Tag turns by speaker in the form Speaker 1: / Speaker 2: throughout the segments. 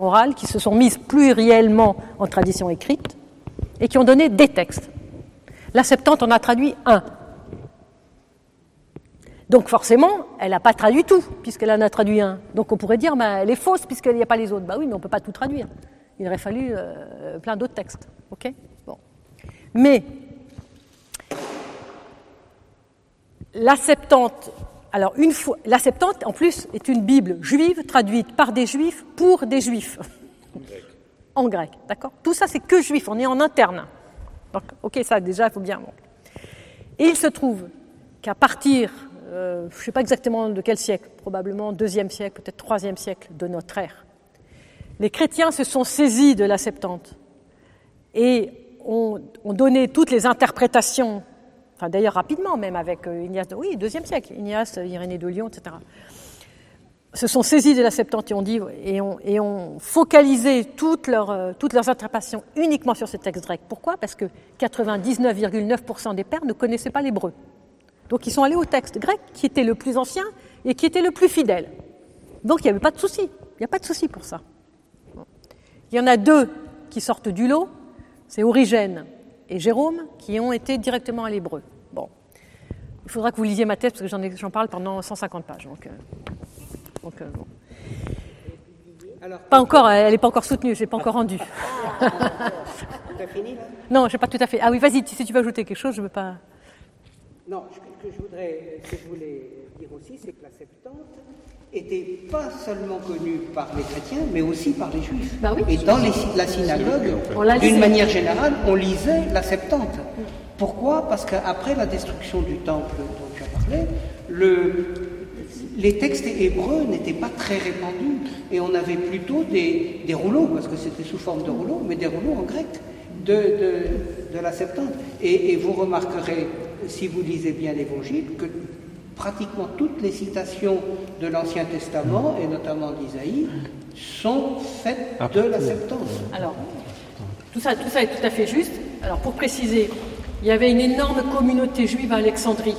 Speaker 1: orales qui se sont mises pluriellement en tradition écrite et qui ont donné des textes. La Septante en a traduit un. Donc forcément, elle n'a pas traduit tout, puisqu'elle en a traduit un. Donc on pourrait dire, elle est fausse, puisqu'il n'y a pas les autres. Oui, mais on ne peut pas tout traduire. Il aurait fallu plein d'autres textes. Okay, bon. Mais la Septante, alors la Septante, en plus, est une Bible juive traduite par des Juifs pour des Juifs. En grec, d'accord ? Tout ça, c'est que juif, on est en interne. Donc, ok, ça, déjà, il faut bien... Bon. Et il se trouve qu'à partir... je ne sais pas exactement de quel siècle, probablement 2e siècle, peut-être 3e siècle de notre ère. Les chrétiens se sont saisis de la Septante et ont donné toutes les interprétations, enfin d'ailleurs rapidement même avec Ignace, 2e siècle, Ignace, Irénée de Lyon, etc. Se sont saisis de la Septante et ont focalisé toutes leurs interprétations uniquement sur ce texte grec. Pourquoi ? Parce que 99,9% des pères ne connaissaient pas l'hébreu. Donc ils sont allés au texte grec qui était le plus ancien et qui était le plus fidèle. Donc il n'y avait pas de souci. Il n'y a pas de souci pour ça. Il y en a 2 qui sortent du lot, c'est Origène et Jérôme, qui ont été directement à l'hébreu. Bon, il faudra que vous lisiez ma thèse parce que j'en parle pendant 150 pages. Bon. Alors, pas encore, elle n'est pas encore soutenue, je n'ai pas encore rendue.
Speaker 2: Tu as fini là ?
Speaker 1: Non, je n'ai pas tout à fait. Ah oui, vas-y, si tu veux ajouter quelque chose, je ne veux pas...
Speaker 2: Non, ce que je voulais dire aussi, c'est que la Septante était pas seulement connue par les chrétiens, mais aussi par les juifs.
Speaker 1: Bah oui.
Speaker 2: Et dans la synagogue, d'une manière générale, on lisait la Septante. Pourquoi ? Parce qu'après la destruction du temple dont tu as parlé, les textes hébreux n'étaient pas très répandus et on avait plutôt des rouleaux, parce que c'était sous forme de rouleaux, mais des rouleaux en grec de la Septante. Et vous remarquerez, si vous lisez bien l'Évangile, que pratiquement toutes les citations de l'Ancien Testament, et notamment d'Isaïe, sont faites de la Septante.
Speaker 1: Alors, tout ça est tout à fait juste. Alors, pour préciser, il y avait une énorme communauté juive à Alexandrie,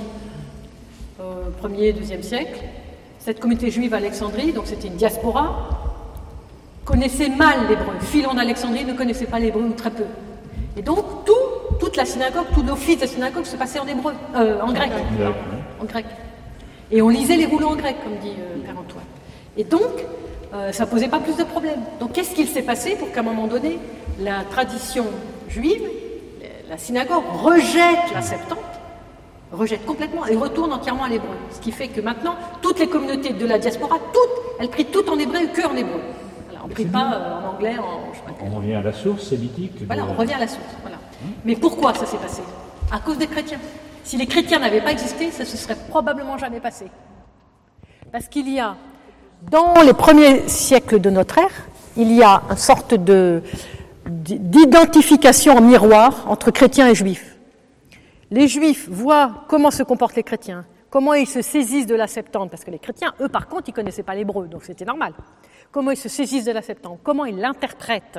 Speaker 1: au 1er, 2e siècle. Cette communauté juive à Alexandrie, donc c'était une diaspora, connaissait mal l'hébreu. Philon d'Alexandrie ne connaissait pas l'hébreu ou très peu. Et donc, toute la synagogue, tout l'office de la synagogue se passait en hébreu, en grec. En grec. Et on lisait les rouleaux en grec, comme dit Père Antoine. Et donc, ça ne posait pas plus de problèmes. Donc, qu'est-ce qu'il s'est passé pour qu'à un moment donné, la tradition juive, la synagogue, rejette la Septante, rejette complètement et retourne entièrement à l'hébreu. Ce qui fait que maintenant, toutes les communautés de la diaspora, elles prient toutes en hébreu que en hébreu. On ne prie pas en anglais,
Speaker 3: on revient à la source sémitique.
Speaker 1: Voilà, on revient à la source. Voilà. Mais pourquoi ça s'est passé ? À cause des chrétiens. Si les chrétiens n'avaient pas existé, ça ne se serait probablement jamais passé. Parce qu'il y a, dans les premiers siècles de notre ère, il y a une sorte d'identification en miroir entre chrétiens et juifs. Les juifs voient comment se comportent les chrétiens, comment ils se saisissent de la Septante, parce que les chrétiens, eux, par contre, ils ne connaissaient pas l'hébreu, donc c'était normal. Comment ils se saisissent de la Septante, comment ils l'interprètent.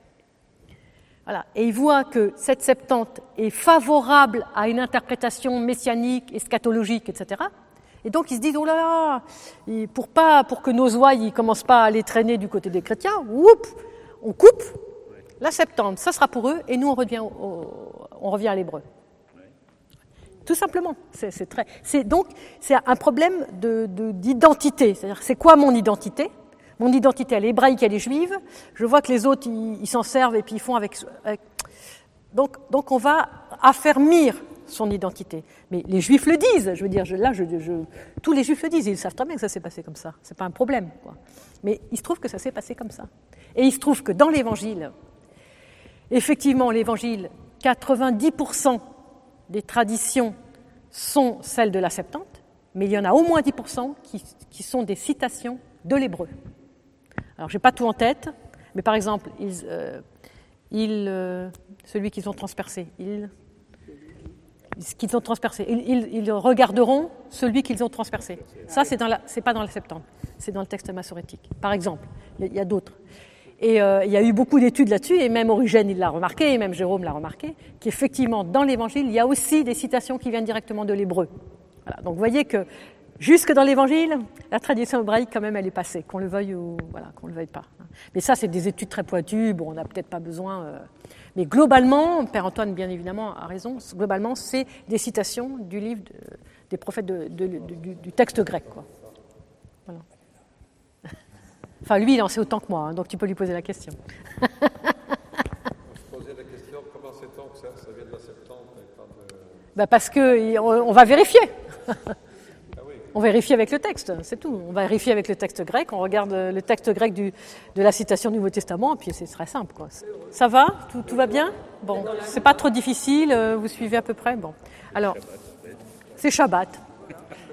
Speaker 1: Voilà. Et ils voient que cette Septante est favorable à une interprétation messianique, eschatologique, etc. Et donc ils se disent, oh là là, pour que nos ouailles ne commencent pas à aller traîner du côté des chrétiens, on coupe la Septante, ça sera pour eux, et nous on revient à l'hébreu. Tout simplement. C'est un problème d'identité. C'est-à-dire, c'est quoi mon identité ? Mon identité, elle est hébraïque, elle est juive. Je vois que les autres, ils s'en servent et puis ils font avec... Donc on va affermir son identité. Mais les juifs le disent. Je veux dire, tous les juifs le disent. Ils savent très bien que ça s'est passé comme ça. C'est pas un problème, quoi. Mais il se trouve que ça s'est passé comme ça. Et il se trouve que dans l'Évangile, effectivement, l'Évangile, 90% des traditions sont celles de la Septante, mais il y en a au moins 10% qui sont des citations de l'hébreu. Alors, je n'ai pas tout en tête, mais par exemple, celui qu'ils ont transpercé, ils regarderont celui qu'ils ont transpercé. Ça, c'est pas dans la Septante, c'est dans le texte massorétique. Par exemple, il y a d'autres. Et il y a eu beaucoup d'études là-dessus, et même Origène, il l'a remarqué, et même Jérôme l'a remarqué, qu'effectivement, dans l'Évangile, il y a aussi des citations qui viennent directement de l'hébreu. Voilà. Donc, vous voyez que Jusque dans l'Évangile, la tradition hébraïque, quand même, elle est passée, qu'on le veuille ou qu'on le veuille pas. Mais ça, c'est des études très pointues. Bon, on n'a peut-être pas besoin. Mais globalement, Père Antoine, bien évidemment, a raison. Globalement, c'est des citations du livre des prophètes du texte grec, quoi. Voilà. Enfin, lui, il en sait autant que moi, donc tu peux lui poser la question.
Speaker 4: On se posait la question, comment sait-on que ça vient de la Septante et pas de...
Speaker 1: Parce qu'on va vérifier. On vérifie avec le texte, c'est tout. On vérifie avec le texte grec, on regarde le texte grec de la citation du Nouveau Testament, et puis c'est très simple, quoi. Ça va ? Tout va bien ? Bon, c'est pas trop difficile, vous suivez à peu près ? Bon. Alors, c'est Shabbat.